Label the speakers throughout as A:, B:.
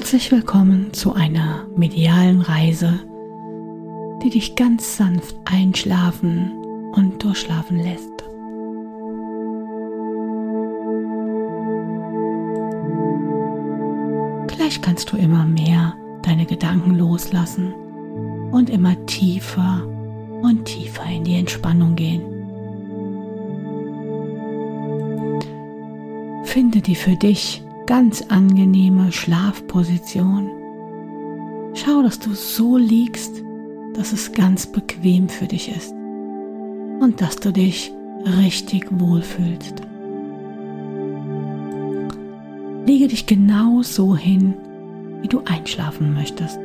A: Herzlich willkommen zu einer medialen Reise, die dich ganz sanft einschlafen und durchschlafen lässt. Gleich kannst du immer mehr deine Gedanken loslassen und immer tiefer und tiefer in die Entspannung gehen. Finde die für dich ganz angenehme Schlafposition. Schau, dass du so liegst, dass es ganz bequem für dich ist und dass du dich richtig wohlfühlst. Lege dich genau so hin, wie du einschlafen möchtest.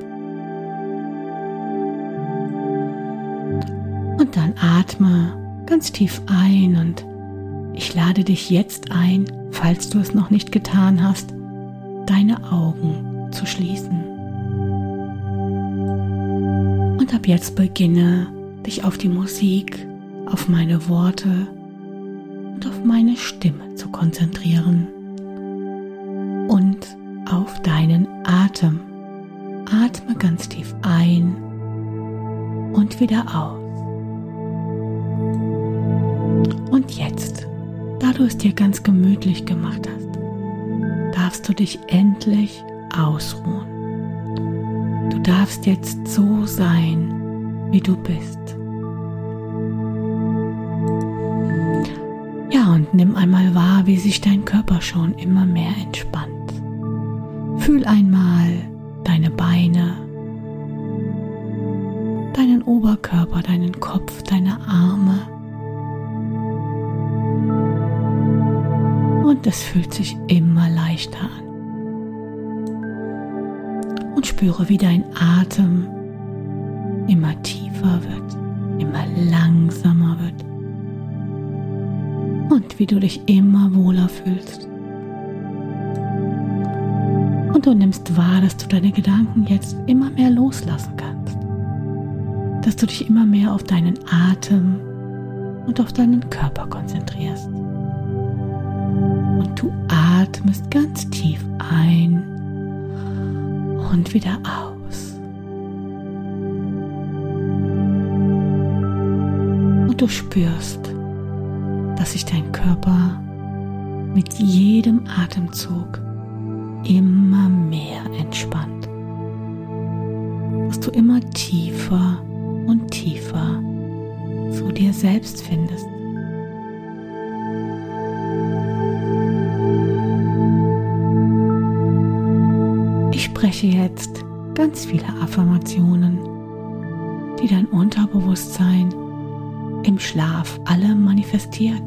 A: Und dann atme ganz tief ein und ich lade dich jetzt ein, falls du es noch nicht getan hast, deine Augen zu schließen. Und ab jetzt beginne, dich auf die Musik, auf meine Worte und auf meine Stimme zu konzentrieren. Und auf deinen Atem. Atme ganz tief ein und wieder aus. Und jetzt, da du es dir ganz gemütlich gemacht hast, darfst du dich endlich ausruhen. Du darfst jetzt so sein, wie du bist. Ja, und nimm einmal wahr, wie sich dein Körper schon immer mehr entspannt. Fühl einmal deine Beine, deinen Oberkörper, deinen Kopf, deine Arme. Und es fühlt sich immer leichter an. Und spüre, wie dein Atem immer tiefer wird, immer langsamer wird. Und wie du dich immer wohler fühlst. Und du nimmst wahr, dass du deine Gedanken jetzt immer mehr loslassen kannst. Dass du dich immer mehr auf deinen Atem und auf deinen Körper konzentrierst. Und du atmest ganz tief ein und wieder aus. Und du spürst, dass sich dein Körper mit jedem Atemzug immer mehr entspannt. Dass du immer tiefer und tiefer zu dir selbst findest. Ich spreche jetzt ganz viele Affirmationen, die dein Unterbewusstsein im Schlaf alle manifestiert.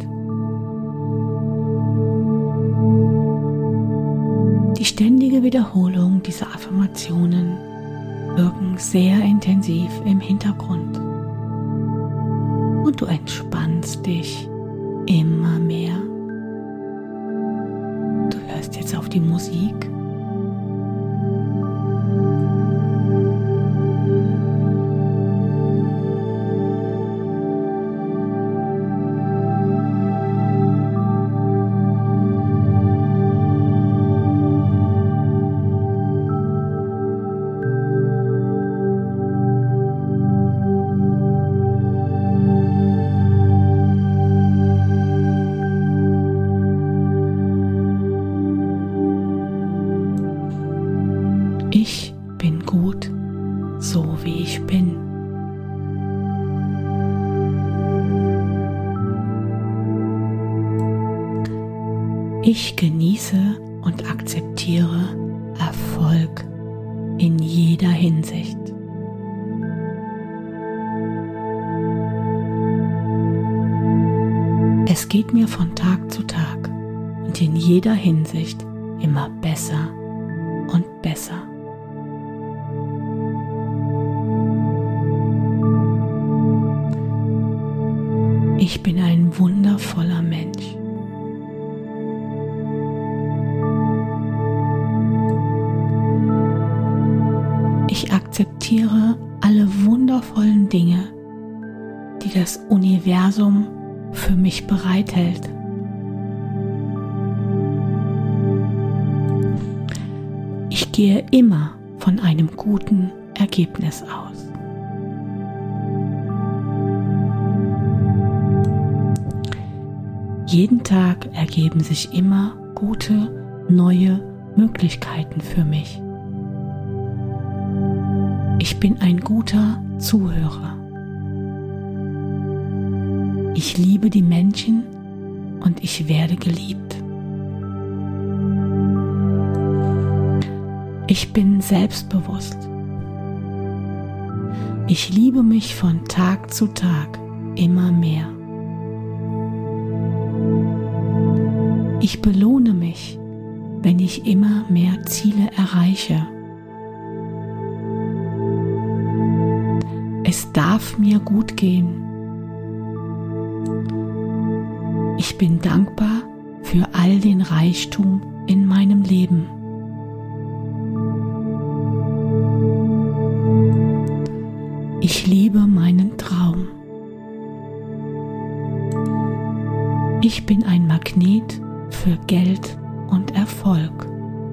A: Die ständige Wiederholung dieser Affirmationen wirken sehr intensiv im Hintergrund und du entspannst dich immer mehr. Du hörst jetzt auf die Musik . Ich bin gut, so wie ich bin. Ich genieße und akzeptiere Erfolg in jeder Hinsicht. Es geht mir von Tag zu Tag und in jeder Hinsicht immer besser und besser. Ich bin ein wundervoller Mensch. Ich akzeptiere alle wundervollen Dinge, die das Universum für mich bereithält. Ich gehe immer von einem guten Ergebnis aus. Jeden Tag ergeben sich immer gute, neue Möglichkeiten für mich. Ich bin ein guter Zuhörer. Ich liebe die Menschen und ich werde geliebt. Ich bin selbstbewusst. Ich liebe mich von Tag zu Tag immer mehr. Ich belohne mich, wenn ich immer mehr Ziele erreiche. Es darf mir gut gehen. Ich bin dankbar für all den Reichtum in meinem Leben. Ich lebe meinen Traum. Ich bin ein Magnet für Geld und Erfolg.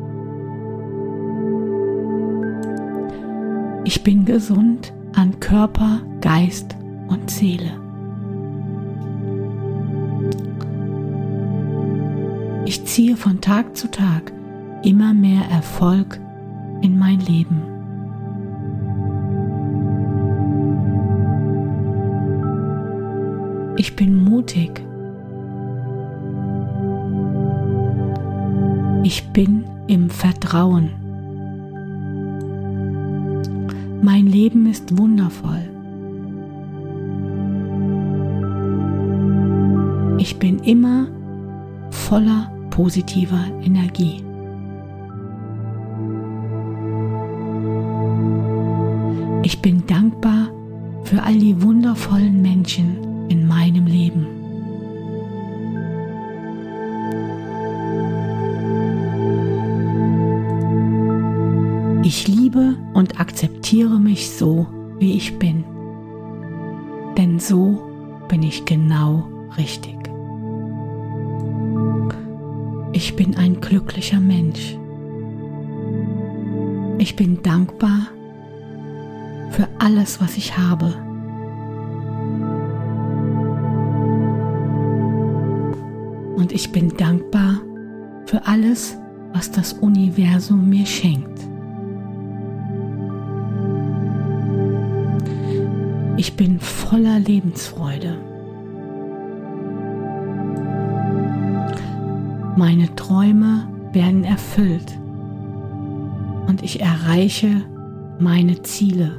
A: Ich bin gesund an Körper, Geist und Seele. Ich ziehe von Tag zu Tag immer mehr Erfolg in mein Leben. Ich bin mutig. Ich bin im Vertrauen. Mein Leben ist wundervoll. Ich bin immer voller positiver Energie. Ich bin dankbar für all die wundervollen Menschen in meinem Leben. Ich liebe und akzeptiere mich so, wie ich bin. Denn so bin ich genau richtig. Ich bin ein glücklicher Mensch. Ich bin dankbar für alles, was ich habe. Und ich bin dankbar für alles, was das Universum mir schenkt. Ich bin voller Lebensfreude. Meine Träume werden erfüllt und ich erreiche meine Ziele.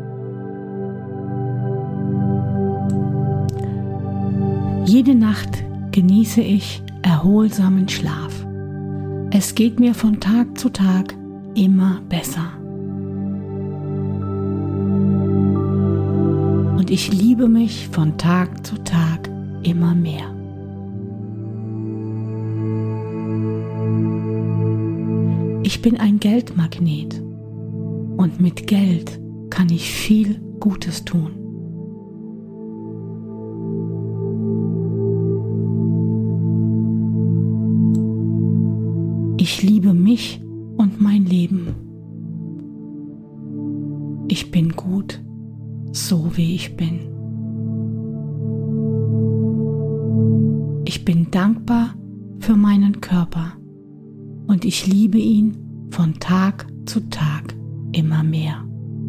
A: Jede Nacht genieße ich erholsamen Schlaf. Es geht mir von Tag zu Tag immer besser. Und ich liebe mich von Tag zu Tag immer mehr. Ich bin ein Geldmagnet und mit Geld kann ich viel Gutes tun. Ich liebe mich und mein Leben. Ich bin gut, so wie ich bin. Ich bin dankbar für meinen Körper und ich liebe ihn von Tag zu Tag immer mehr.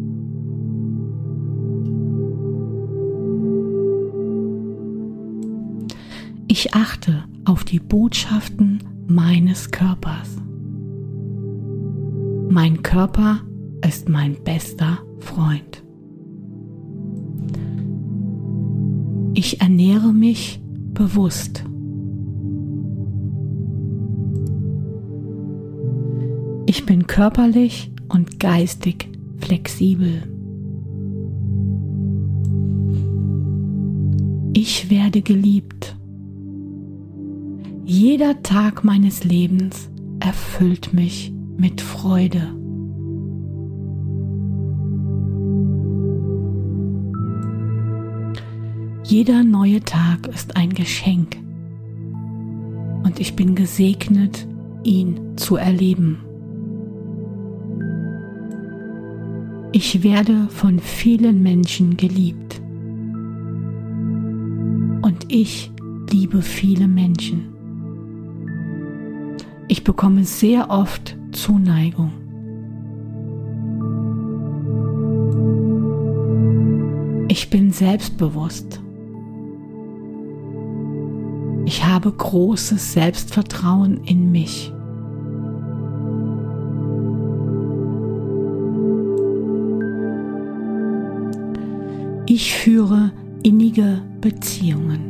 A: Ich achte auf die Botschaften meines Körpers. Mein Körper ist mein bester Freund. Ich ernähre mich bewusst. Ich bin körperlich und geistig flexibel. Ich werde geliebt. Jeder Tag meines Lebens erfüllt mich mit Freude. Jeder neue Tag ist ein Geschenk und ich bin gesegnet, ihn zu erleben. Ich werde von vielen Menschen geliebt. Und ich liebe viele Menschen. Ich bekomme sehr oft Zuneigung. Ich bin selbstbewusst. Ich habe großes Selbstvertrauen in mich. Ich führe innige Beziehungen.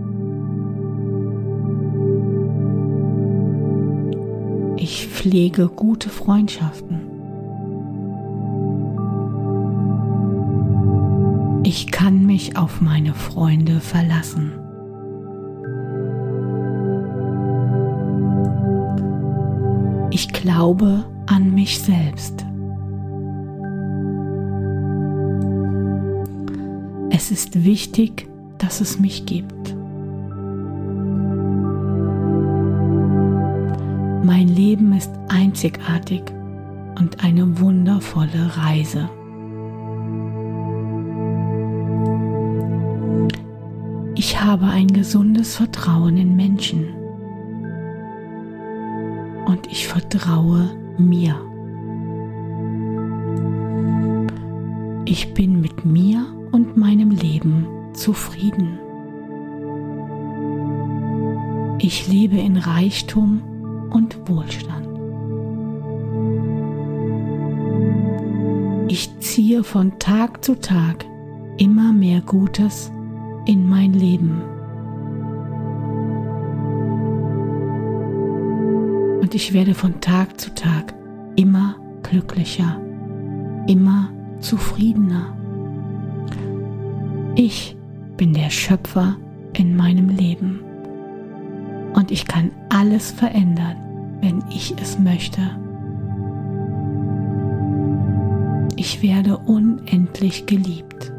A: Ich pflege gute Freundschaften. Ich kann mich auf meine Freunde verlassen. Ich glaube an mich selbst. Es ist wichtig, dass es mich gibt. Mein Leben ist einzigartig und eine wundervolle Reise. Ich habe ein gesundes Vertrauen in Menschen und ich vertraue mir. Ich bin mit mir und meinem Leben zufrieden. Ich lebe in Reichtum und Wohlstand. Ich ziehe von Tag zu Tag immer mehr Gutes in mein Leben. Und ich werde von Tag zu Tag immer glücklicher, immer zufriedener. Ich bin der Schöpfer in meinem Leben und ich kann alles verändern, wenn ich es möchte. Ich werde unendlich geliebt.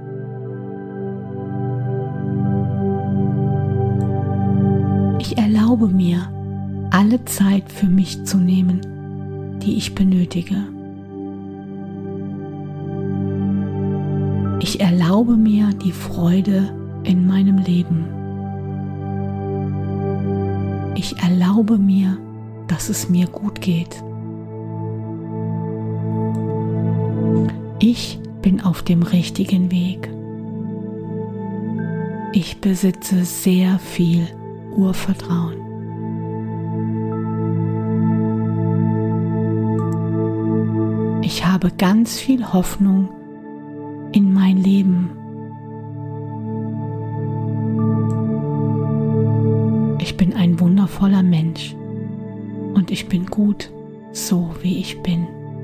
A: Ich erlaube mir, alle Zeit für mich zu nehmen, die ich benötige. Ich erlaube mir die Freude in meinem Leben. Ich erlaube mir, dass es mir gut geht. Ich bin auf dem richtigen Weg. Ich besitze sehr viel Urvertrauen. Ich habe ganz viel Hoffnung in mein Leben. Ich bin ein wundervoller Mensch und ich bin gut, so wie ich bin.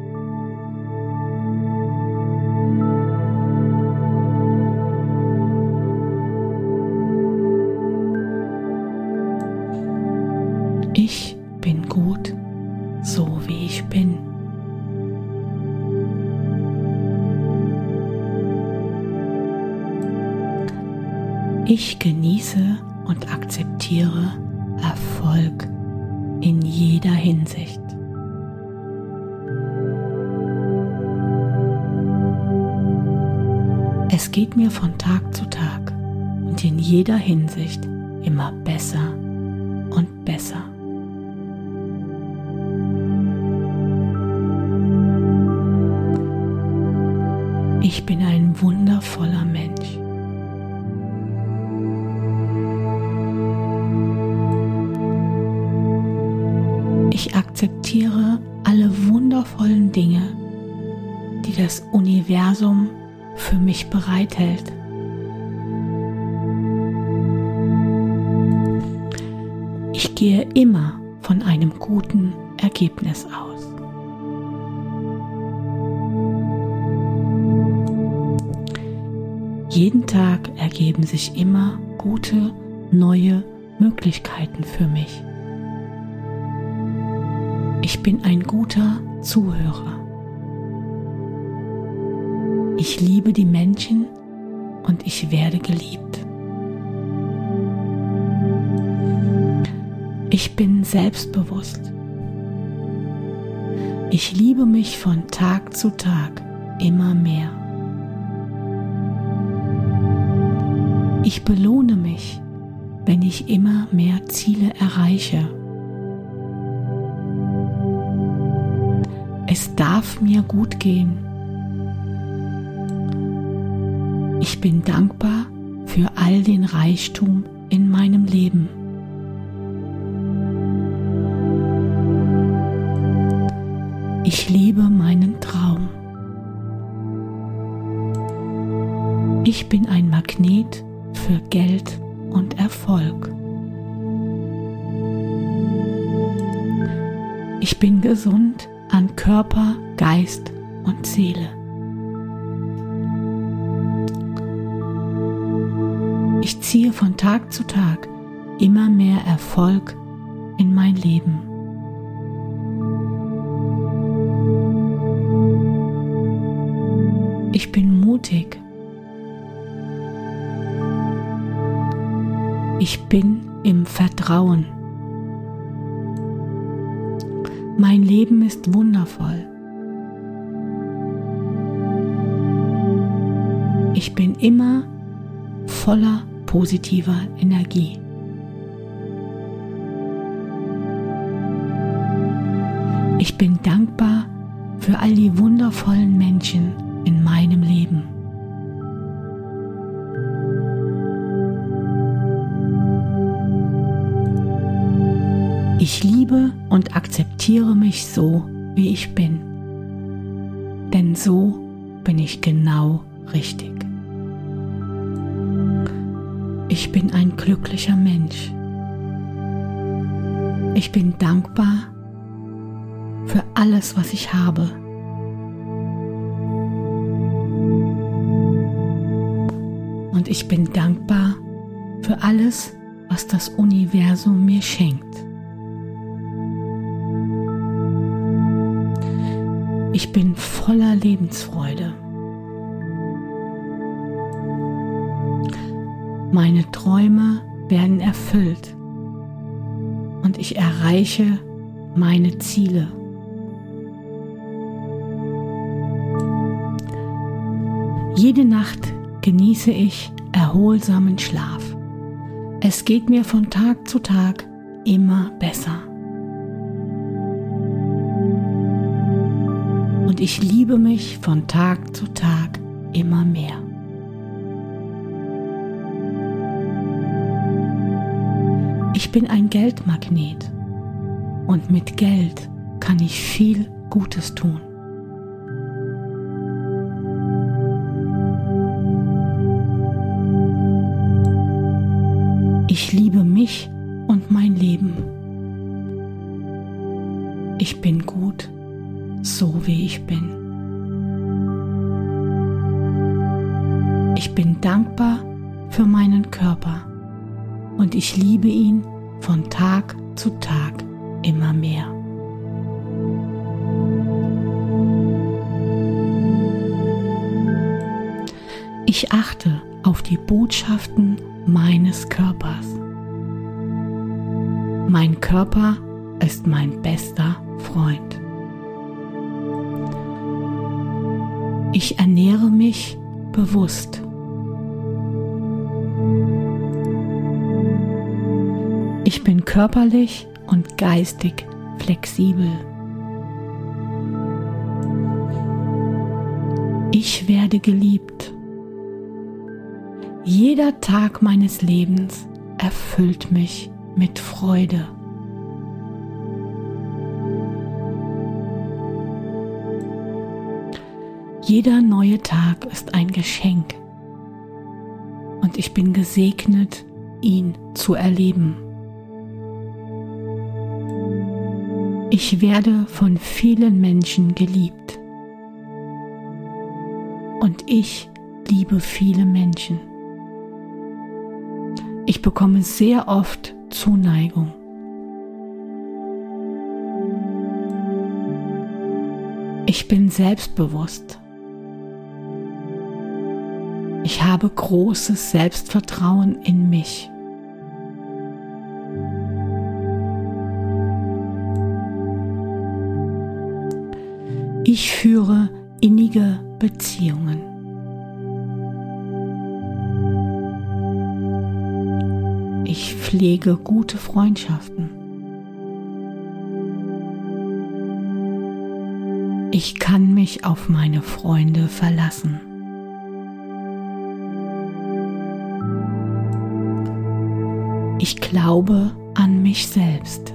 A: Ich bin gut, so wie ich bin. Ich genieße und akzeptiere Erfolg in jeder Hinsicht. Es geht mir von Tag zu Tag und in jeder Hinsicht immer besser und besser. Ich bin ein wundervoller Mensch. Ich akzeptiere alle wundervollen Dinge, die das Universum für mich bereithält. Ich gehe immer von einem guten Ergebnis aus. Jeden Tag ergeben sich immer gute, neue Möglichkeiten für mich. Ich bin ein guter Zuhörer. Ich liebe die Menschen und ich werde geliebt. Ich bin selbstbewusst. Ich liebe mich von Tag zu Tag immer mehr. Ich belohne mich, wenn ich immer mehr Ziele erreiche. Es darf mir gut gehen. Ich bin dankbar für all den Reichtum in meinem Leben. Ich lebe meinen Traum. Ich bin ein Magnet für Geld und Erfolg. Ich bin gesund an Körper, Geist und Seele. Ich ziehe von Tag zu Tag immer mehr Erfolg in mein Leben. Ich bin mutig. Ich bin im Vertrauen. Mein Leben ist wundervoll. Ich bin immer voller positiver Energie. Ich bin dankbar für all die wundervollen Menschen in meinem Leben. Ich liebe und akzeptiere mich so, wie ich bin. Denn so bin ich genau richtig. Ich bin ein glücklicher Mensch. Ich bin dankbar für alles, was ich habe. Und ich bin dankbar für alles, was das Universum mir schenkt. Ich bin voller Lebensfreude. Meine Träume werden erfüllt und ich erreiche meine Ziele. Jede Nacht genieße ich erholsamen Schlaf. Es geht mir von Tag zu Tag immer besser. Und ich liebe mich von Tag zu Tag immer mehr. Ich bin ein Geldmagnet und mit Geld kann ich viel Gutes tun. Ich liebe mich und mein Leben. Ich bin gut, so wie ich bin. Ich bin dankbar für meinen Körper und ich liebe ihn von Tag zu Tag immer mehr. Ich achte auf die Botschaften meines Körpers. Mein Körper ist mein bester Freund. Ich ernähre mich bewusst. Ich bin körperlich und geistig flexibel. Ich werde geliebt. Jeder Tag meines Lebens erfüllt mich mit Freude. Jeder neue Tag ist ein Geschenk und ich bin gesegnet, ihn zu erleben. Ich werde von vielen Menschen geliebt und ich liebe viele Menschen. Ich bekomme sehr oft Zuneigung. Ich bin selbstbewusst. Ich habe großes Selbstvertrauen in mich. Ich führe innige Beziehungen. Ich pflege gute Freundschaften. Ich kann mich auf meine Freunde verlassen. Ich glaube an mich selbst.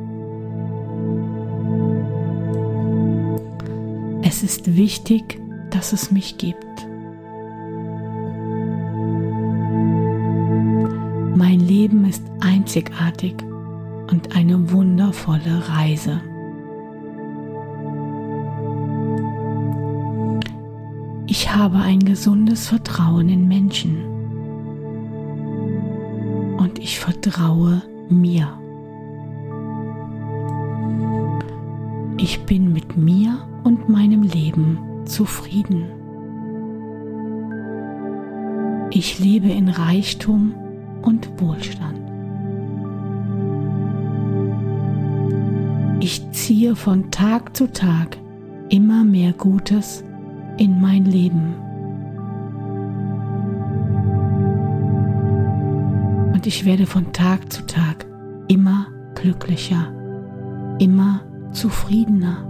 A: Es ist wichtig, dass es mich gibt. Mein Leben ist einzigartig und eine wundervolle Reise. Ich habe ein gesundes Vertrauen in Menschen und ich vertraue mir. Ich bin mit mir und meinem Leben zufrieden. Ich lebe in Reichtum und Wohlstand. Ich ziehe von Tag zu Tag immer mehr Gutes in mein Leben. Und ich werde von Tag zu Tag immer glücklicher, immer zufriedener.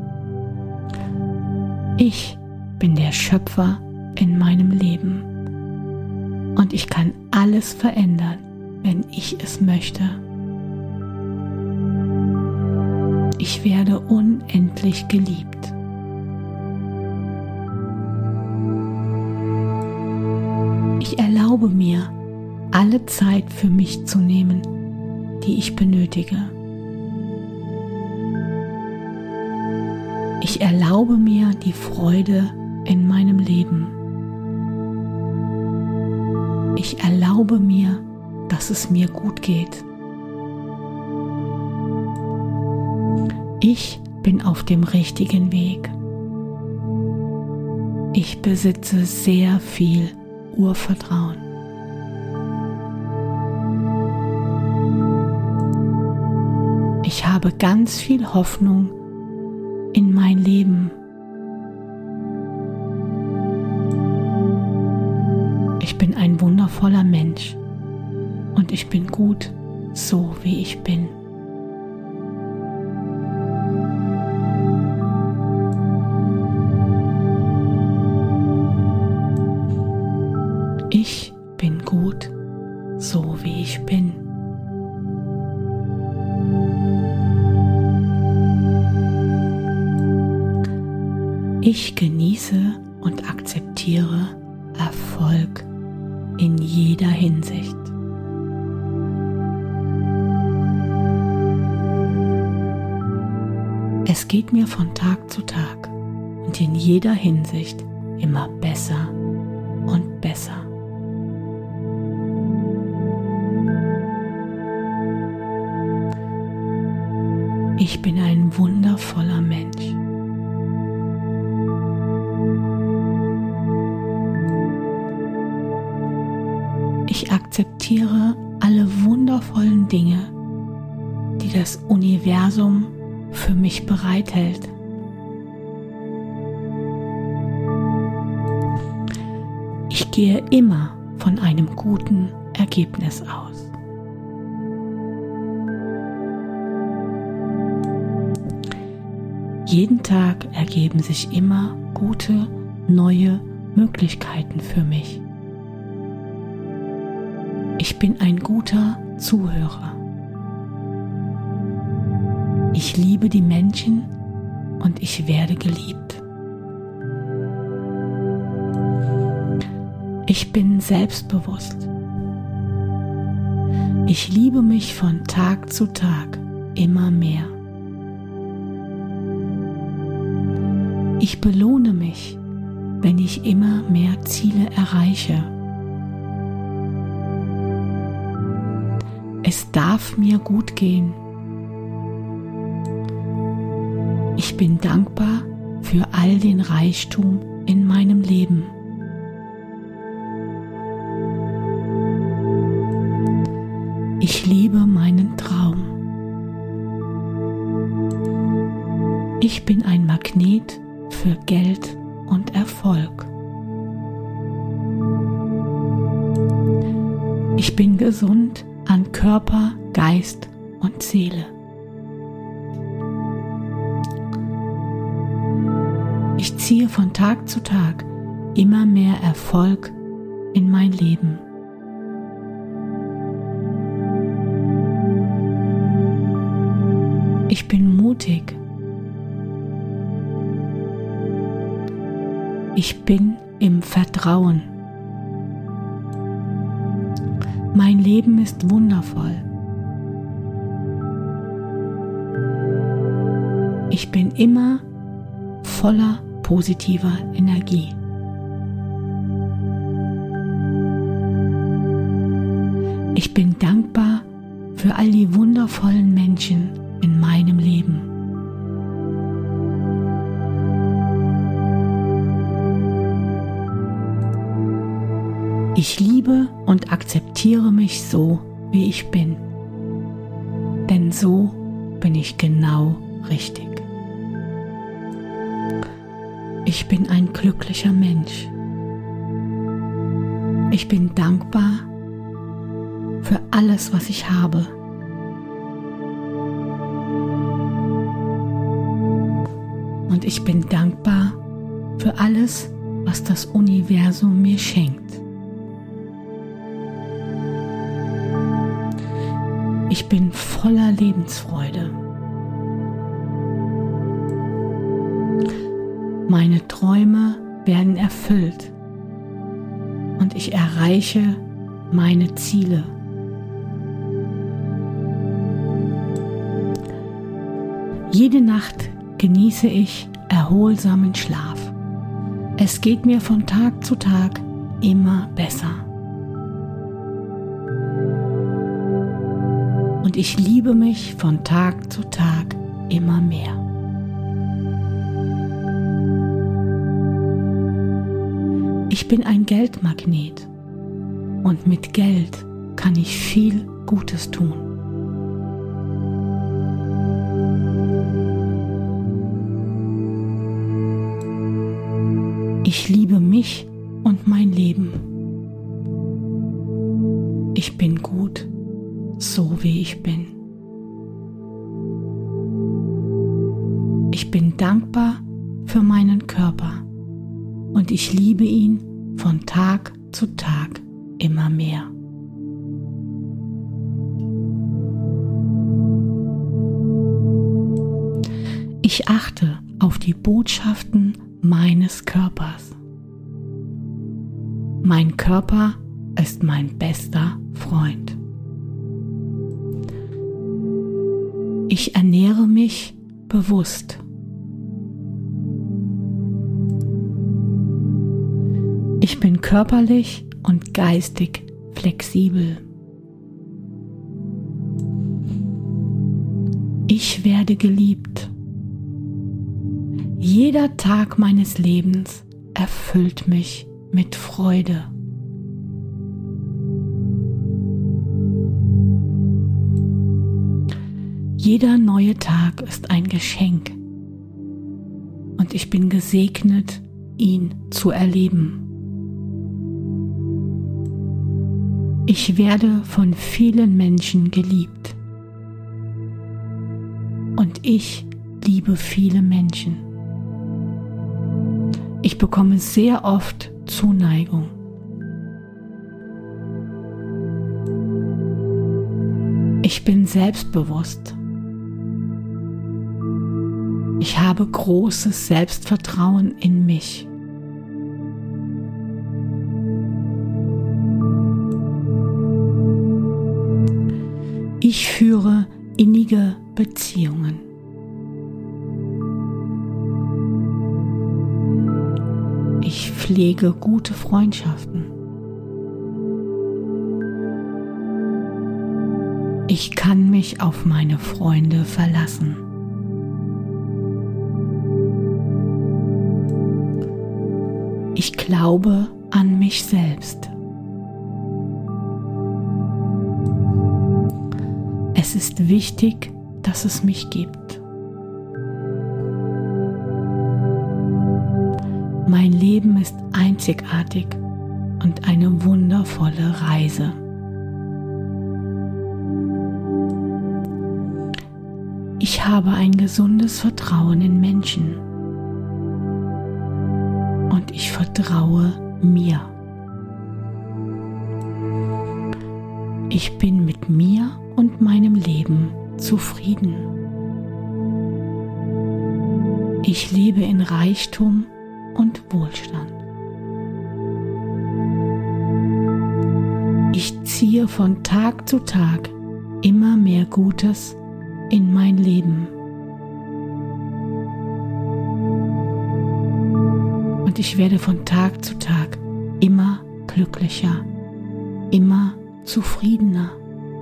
A: Ich bin der Schöpfer in meinem Leben und ich kann alles verändern, wenn ich es möchte. Ich werde unendlich geliebt. Ich erlaube mir, alle Zeit für mich zu nehmen, die ich benötige. Ich erlaube mir die Freude in meinem Leben. Ich erlaube mir, dass es mir gut geht. Ich bin auf dem richtigen Weg. Ich besitze sehr viel Urvertrauen. Ich habe ganz viel Hoffnung in mein Leben. Ich bin ein wundervoller Mensch und ich bin gut, so wie ich bin. Ich bin gut, so wie ich bin. Ich genieße und akzeptiere Erfolg in jeder Hinsicht. Es geht mir von Tag zu Tag und in jeder Hinsicht immer besser und besser. Ich bin ein wundervoller Mensch. Ich akzeptiere alle wundervollen Dinge, die das Universum für mich bereithält. Ich gehe immer von einem guten Ergebnis aus. Jeden Tag ergeben sich immer gute, neue Möglichkeiten für mich. Ich bin ein guter Zuhörer. Ich liebe die Menschen und ich werde geliebt. Ich bin selbstbewusst. Ich liebe mich von Tag zu Tag immer mehr. Ich belohne mich, wenn ich immer mehr Ziele erreiche. Es darf mir gut gehen. Ich bin dankbar für all den Reichtum in meinem Leben. Ich liebe meinen Traum. Ich bin ein Magnet für Geld und Erfolg. Ich bin gesund an Körper, Geist und Seele. Ich ziehe von Tag zu Tag immer mehr Erfolg in mein Leben. Ich bin mutig. Ich bin im Vertrauen. Mein Leben ist wundervoll. Ich bin immer voller positiver Energie. Ich bin dankbar für all die wundervollen Menschen in meinem Leben. Ich liebe und akzeptiere mich so, wie ich bin. Denn so bin ich genau richtig. Ich bin ein glücklicher Mensch. Ich bin dankbar für alles, was ich habe. Und ich bin dankbar für alles, was das Universum mir schenkt. Ich bin voller Lebensfreude. Meine Träume werden erfüllt und ich erreiche meine Ziele. Jede Nacht genieße ich erholsamen Schlaf. Es geht mir von Tag zu Tag immer besser. Und ich liebe mich von Tag zu Tag immer mehr. Ich bin ein Geldmagnet und mit Geld kann ich viel Gutes tun. Ich liebe mich und mein Leben. Ich bin gut, so wie ich bin. Ich bin dankbar für meinen Körper und ich liebe ihn von Tag zu Tag immer mehr. Ich achte auf die Botschaften meines Körpers. Mein Körper ist mein bester Freund. Ich ernähre mich bewusst. Ich bin körperlich und geistig flexibel. Ich werde geliebt. Jeder Tag meines Lebens erfüllt mich mit Freude. Jeder neue Tag ist ein Geschenk und ich bin gesegnet, ihn zu erleben. Ich werde von vielen Menschen geliebt und ich liebe viele Menschen. Ich bekomme sehr oft Zuneigung. Ich bin selbstbewusst. Ich habe großes Selbstvertrauen in mich. Ich führe innige Beziehungen. Ich pflege gute Freundschaften. Ich kann mich auf meine Freunde verlassen. Ich glaube an mich selbst. Es ist wichtig, dass es mich gibt. Mein Leben ist einzigartig und eine wundervolle Reise. Ich habe ein gesundes Vertrauen in Menschen und ich vertraue mir. Ich bin mit mir und meinem Leben zufrieden. Ich lebe in Reichtum und Wohlstand. Ich ziehe von Tag zu Tag immer mehr Gutes in mein Leben. Und ich werde von Tag zu Tag immer glücklicher, immer zufriedener.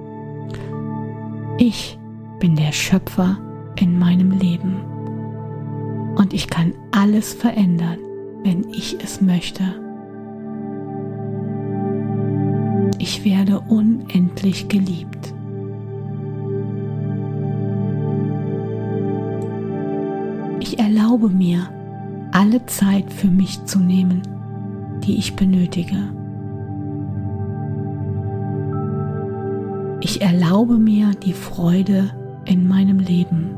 A: Ich bin der Schöpfer in meinem Leben und ich kann alles verändern, wenn ich es möchte. Ich werde unendlich geliebt. Ich erlaube mir, alle Zeit für mich zu nehmen, die ich benötige. Ich erlaube mir die Freude in meinem Leben.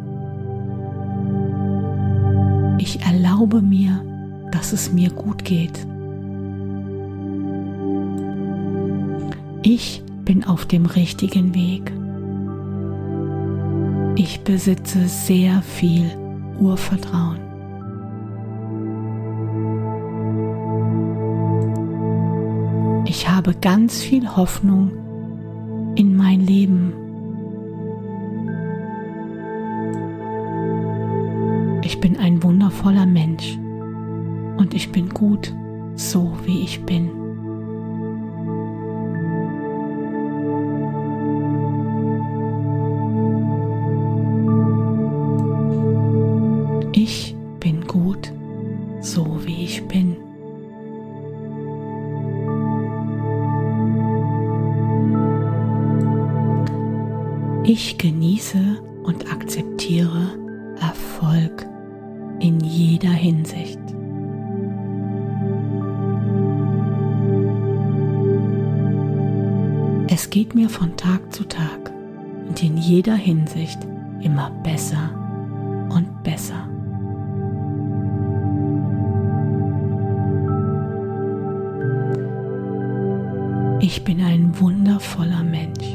A: Ich erlaube mir, dass es mir gut geht. Ich bin auf dem richtigen Weg. Ich besitze sehr viel Urvertrauen. Ich habe ganz viel Hoffnung in mein Leben. Ich bin ein wundervoller Mensch und ich bin gut, so wie ich bin. Ich bin gut, so wie ich bin. Ich genieße und akzeptiere Erfolg in jeder Hinsicht. Es geht mir von Tag zu Tag und in jeder Hinsicht immer besser und besser. Ich bin ein wundervoller Mensch.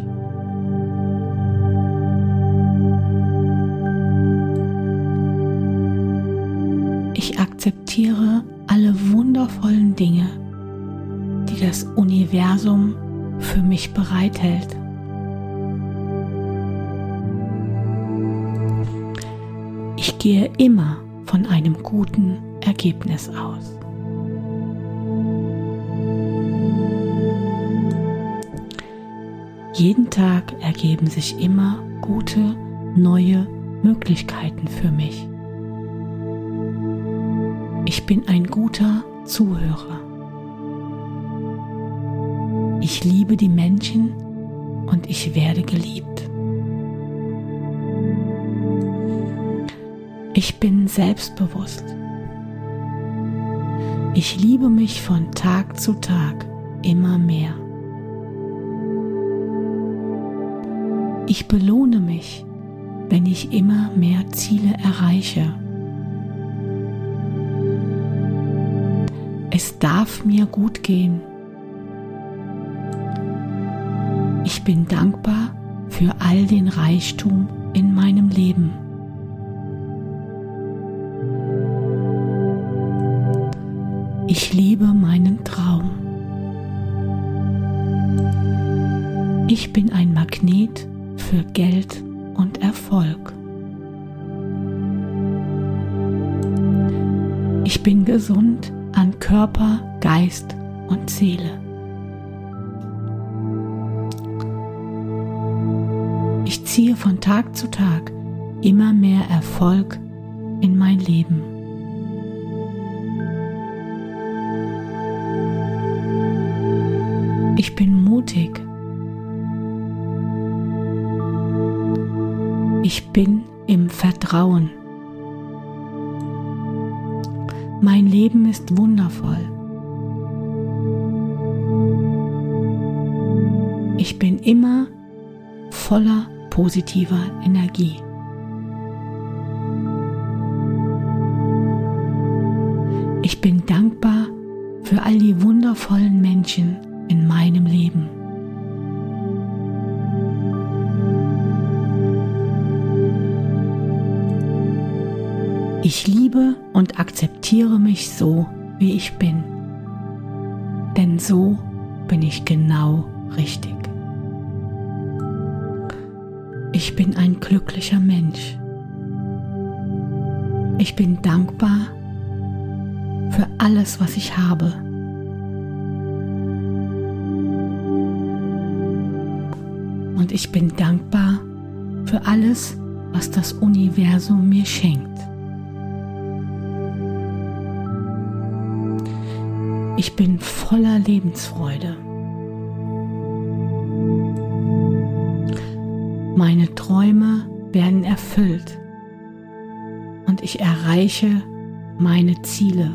A: Ich akzeptiere alle wundervollen Dinge, die das Universum für mich bereithält. Ich gehe immer von einem guten Ergebnis aus. Jeden Tag ergeben sich immer gute, neue Möglichkeiten für mich. Ich bin ein guter Zuhörer. Ich liebe die Menschen und ich werde geliebt. Ich bin selbstbewusst. Ich liebe mich von Tag zu Tag immer mehr. Ich belohne mich, wenn ich immer mehr Ziele erreiche. Es darf mir gut gehen. Ich bin dankbar für all den Reichtum in meinem Leben. Ich lebe meinen Traum. Ich bin ein Magnet für Geld und Erfolg. Ich bin gesund an Körper, Geist und Seele. Ich ziehe von Tag zu Tag immer mehr Erfolg in mein Leben. Ich bin mutig. Ich bin im Vertrauen. Mein Leben ist wundervoll. Ich bin immer voller positiver Energie. Ich bin dankbar für all die wundervollen Menschen in meinem Leben. Ich liebe und akzeptiere mich so, wie ich bin. Denn so bin ich genau richtig. Ich bin ein glücklicher Mensch. Ich bin dankbar für alles, was ich habe. Und ich bin dankbar für alles, was das Universum mir schenkt. Ich bin voller Lebensfreude. Meine Träume werden erfüllt und ich erreiche meine Ziele.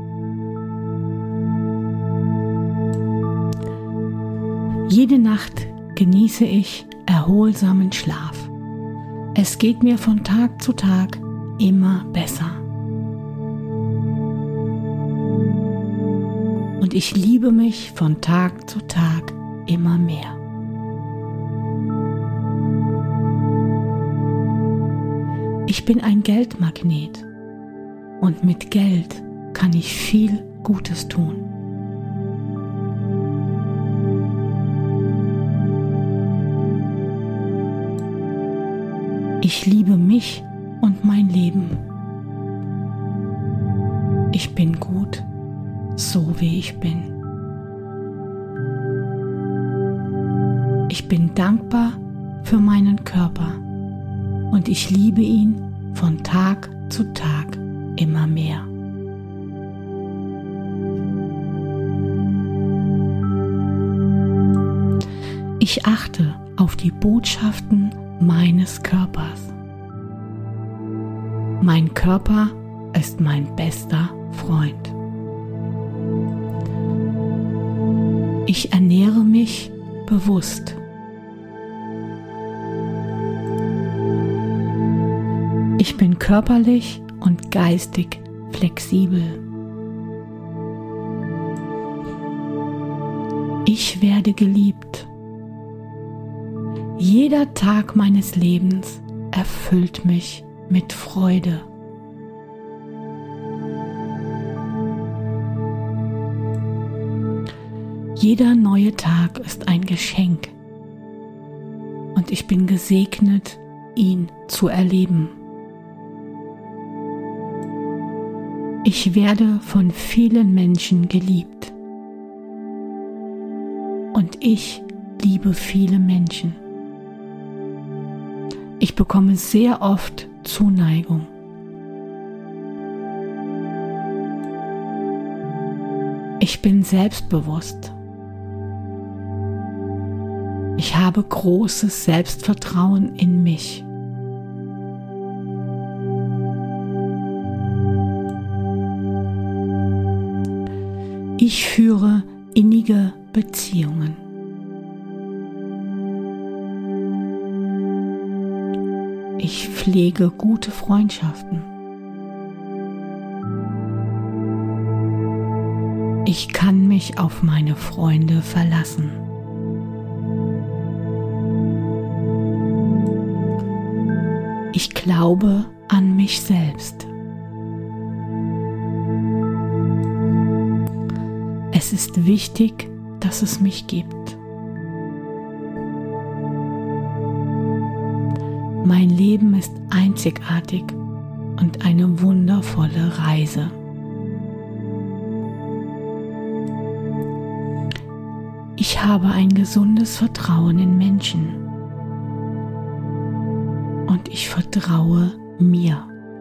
A: Jede Nacht genieße ich erholsamen Schlaf. Es geht mir von Tag zu Tag immer besser. Und ich liebe mich von Tag zu Tag immer mehr. Ich bin ein Geldmagnet und mit Geld kann ich viel Gutes tun. Ich liebe mich und mein Leben. Ich bin gut, so wie ich bin. Ich bin dankbar für meinen Körper und ich liebe ihn von Tag zu Tag immer mehr. Ich achte auf die Botschaften meines Körpers. Mein Körper ist mein bester Freund. Ich ernähre mich bewusst. Ich bin körperlich und geistig flexibel. Ich werde geliebt. Jeder Tag meines Lebens erfüllt mich mit Freude. Jeder neue Tag ist ein Geschenk und ich bin gesegnet, ihn zu erleben. Ich werde von vielen Menschen geliebt und ich liebe viele Menschen. Ich bekomme sehr oft Zuneigung. Ich bin selbstbewusst. Ich habe großes Selbstvertrauen in mich. Ich führe innige Beziehungen. Ich pflege gute Freundschaften. Ich kann mich auf meine Freunde verlassen. Ich glaube an mich selbst. Es ist wichtig, dass es mich gibt. Mein Leben ist einzigartig und eine wundervolle Reise. Ich habe ein gesundes Vertrauen in Menschen und ich vertraue mir.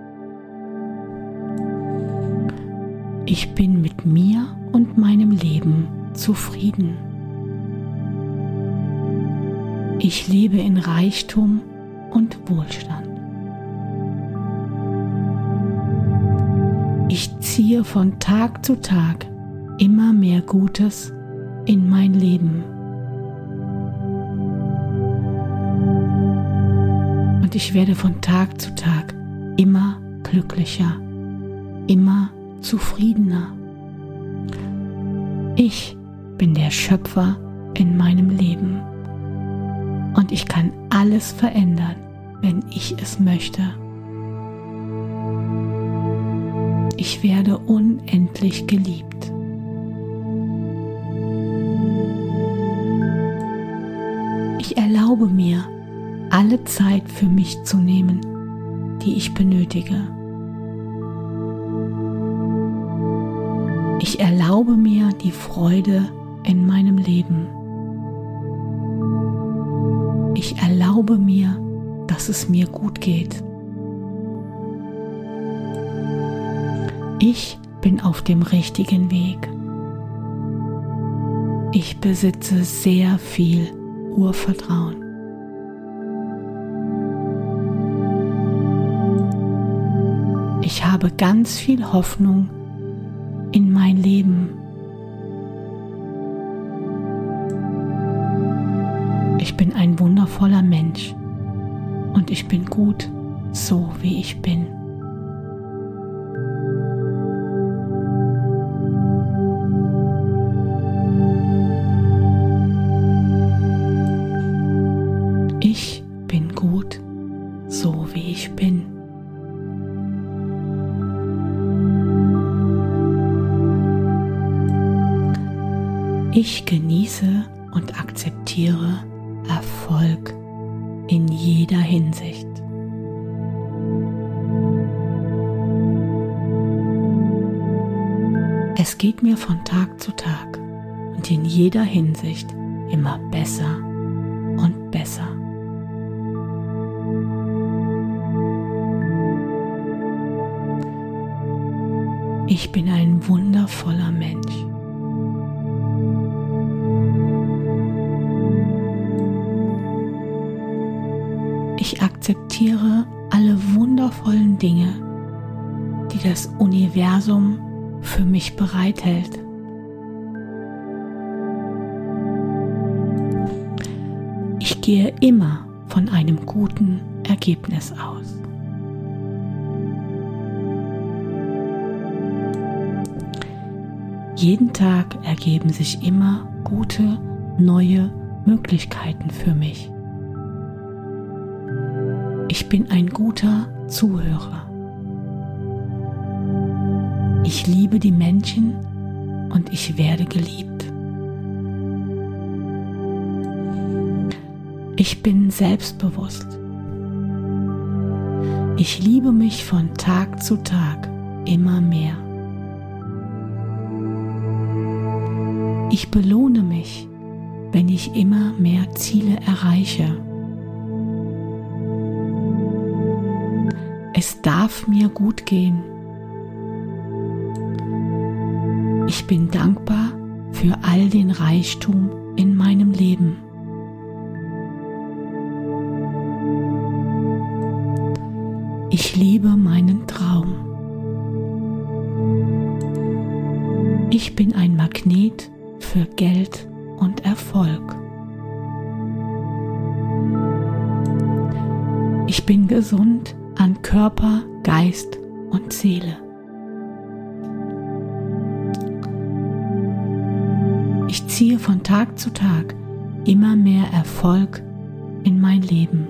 A: Ich bin mit mir und meinem Leben zufrieden. Ich lebe in Reichtum und Wohlstand. Ich ziehe von Tag zu Tag immer mehr Gutes in mein Leben. Und ich werde von Tag zu Tag immer glücklicher, immer zufriedener. Ich bin der Schöpfer in meinem Leben und ich kann alles verändern, wenn ich es möchte. Ich werde unendlich geliebt. Ich erlaube mir, alle Zeit für mich zu nehmen, die ich benötige. Ich erlaube mir die Freude in meinem Leben. Ich erlaube mir, dass es mir gut geht. Ich bin auf dem richtigen Weg. Ich besitze sehr viel Urvertrauen. Ich habe ganz viel Hoffnung in mein Leben. Ich bin ein wundervoller Mensch und ich bin gut, so wie ich bin. Ich bin gut, so wie ich bin. Ich genieße und akzeptiere Erfolg in jeder Hinsicht. Es geht mir von Tag zu Tag und in jeder Hinsicht immer besser und besser. Ich bin ein wundervoller Mensch. Ich akzeptiere alle wundervollen Dinge, die das Universum für mich bereithält. Ich gehe immer von einem guten Ergebnis aus. Jeden Tag ergeben sich immer gute, neue Möglichkeiten für mich. Ich bin ein guter Zuhörer. Ich liebe die Menschen und ich werde geliebt. Ich bin selbstbewusst. Ich liebe mich von Tag zu Tag immer mehr. Ich belohne mich, wenn ich immer mehr Ziele erreiche. Es darf mir gut gehen. Ich bin dankbar für all den Reichtum in meinem Leben. Ich lebe meinen Traum. Ich bin ein Magnet für Geld und Erfolg. Ich bin gesund an Körper, Geist und Seele. Ich ziehe von Tag zu Tag immer mehr Erfolg in mein Leben.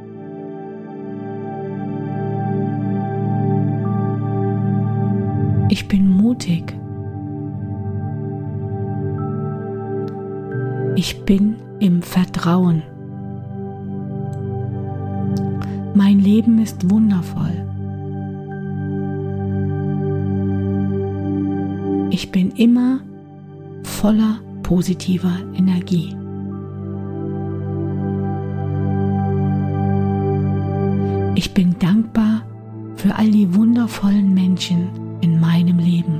A: Ich bin mutig. Ich bin im Vertrauen. Mein Leben ist wundervoll. Ich bin immer voller positiver Energie. Ich bin dankbar für all die wundervollen Menschen in meinem Leben.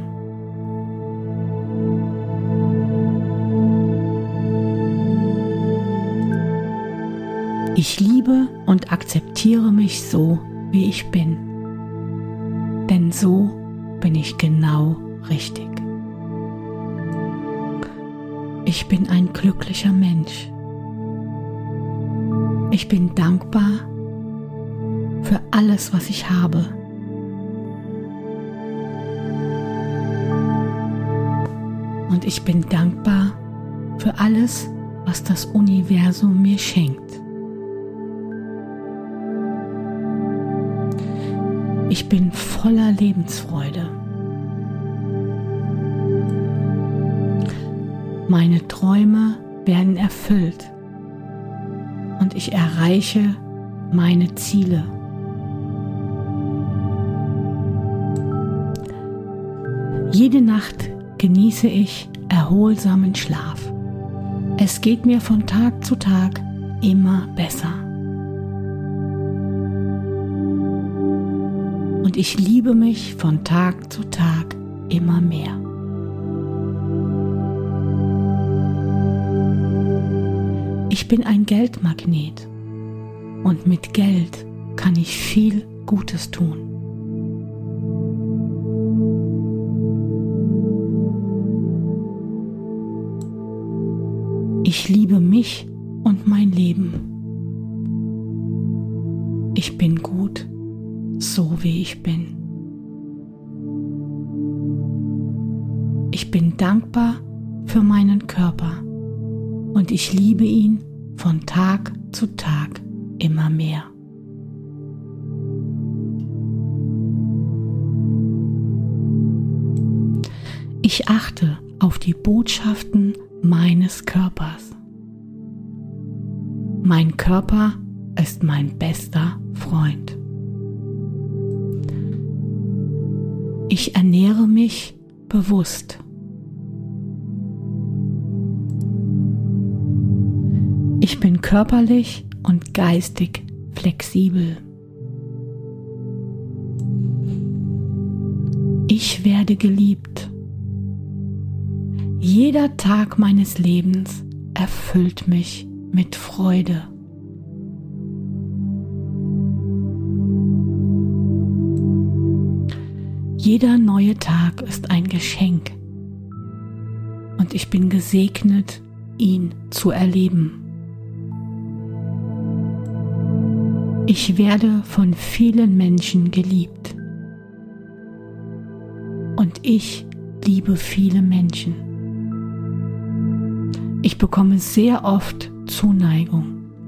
A: Ich liebe und akzeptiere mich so, wie ich bin. Denn so bin ich genau richtig. Ich bin ein glücklicher Mensch. Ich bin dankbar für alles, was ich habe. Und ich bin dankbar für alles, was das Universum mir schenkt. Ich bin voller Lebensfreude. Meine Träume werden erfüllt und ich erreiche meine Ziele. Jede Nacht genieße ich erholsamen Schlaf. Es geht mir von Tag zu Tag immer besser. Und ich liebe mich von Tag zu Tag immer mehr. Ich bin ein Geldmagnet und mit Geld kann ich viel Gutes tun. Ich liebe mich und mein Leben. Ich bin gut, so wie ich bin. Ich bin dankbar für meinen Körper und ich liebe ihn von Tag zu Tag immer mehr. Ich achte auf die Botschaften meines Körpers. Mein Körper ist mein bester Freund. Ich ernähre mich bewusst. Ich bin körperlich und geistig flexibel. Ich werde geliebt. Jeder Tag meines Lebens erfüllt mich mit Freude. Jeder neue Tag ist ein Geschenk und ich bin gesegnet, ihn zu erleben. Ich werde von vielen Menschen geliebt und ich liebe viele Menschen. Ich bekomme sehr oft Zuneigung.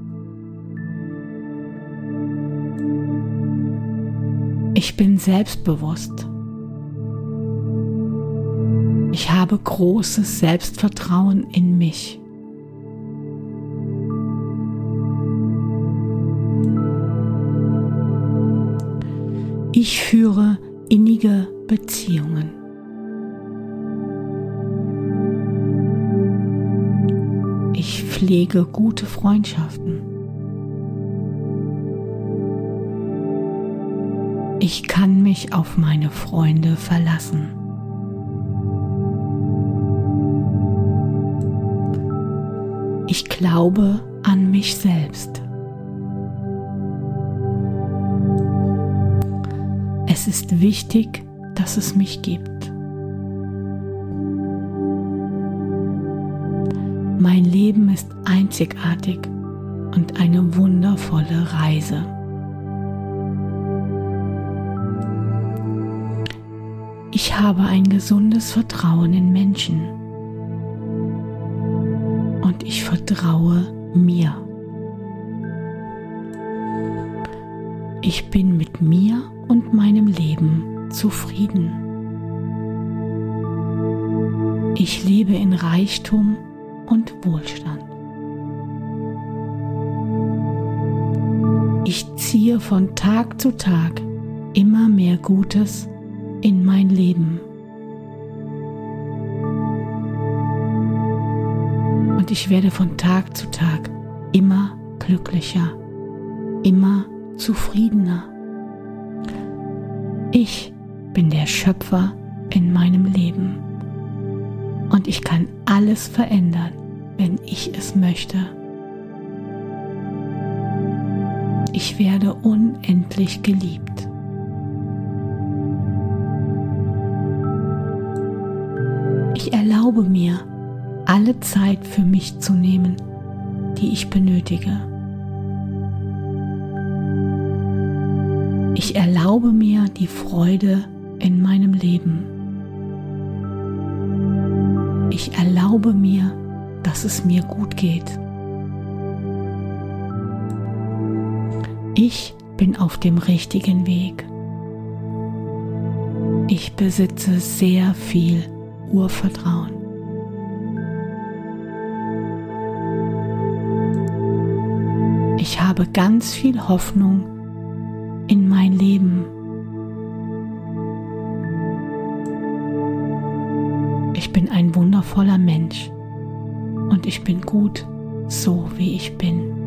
A: Ich bin selbstbewusst. Ich habe großes Selbstvertrauen in mich. Ich führe innige Beziehungen. Ich pflege gute Freundschaften. Ich kann mich auf meine Freunde verlassen. Ich glaube an mich selbst. Es ist wichtig, dass es mich gibt. Mein Leben ist einzigartig und eine wundervolle Reise. Ich habe ein gesundes Vertrauen in Menschen und ich vertraue mir. Ich bin mit mir und meinem Leben zufrieden. Ich lebe in Reichtum und Wohlstand. Ich ziehe von Tag zu Tag immer mehr Gutes in mein Leben. Und ich werde von Tag zu Tag immer glücklicher, immer zufriedener. Ich bin der Schöpfer in meinem Leben und ich kann alles verändern, wenn ich es möchte. Ich werde unendlich geliebt. erlaube mir, alle Zeit für mich zu nehmen, die ich benötige. Ich erlaube mir die Freude in meinem Leben. Ich erlaube mir, dass es mir gut geht. Ich bin auf dem richtigen Weg. Ich besitze sehr viel Urvertrauen. Ich habe ganz viel Hoffnung in mein Leben. Ich bin ein wundervoller Mensch und ich bin gut, so wie ich bin.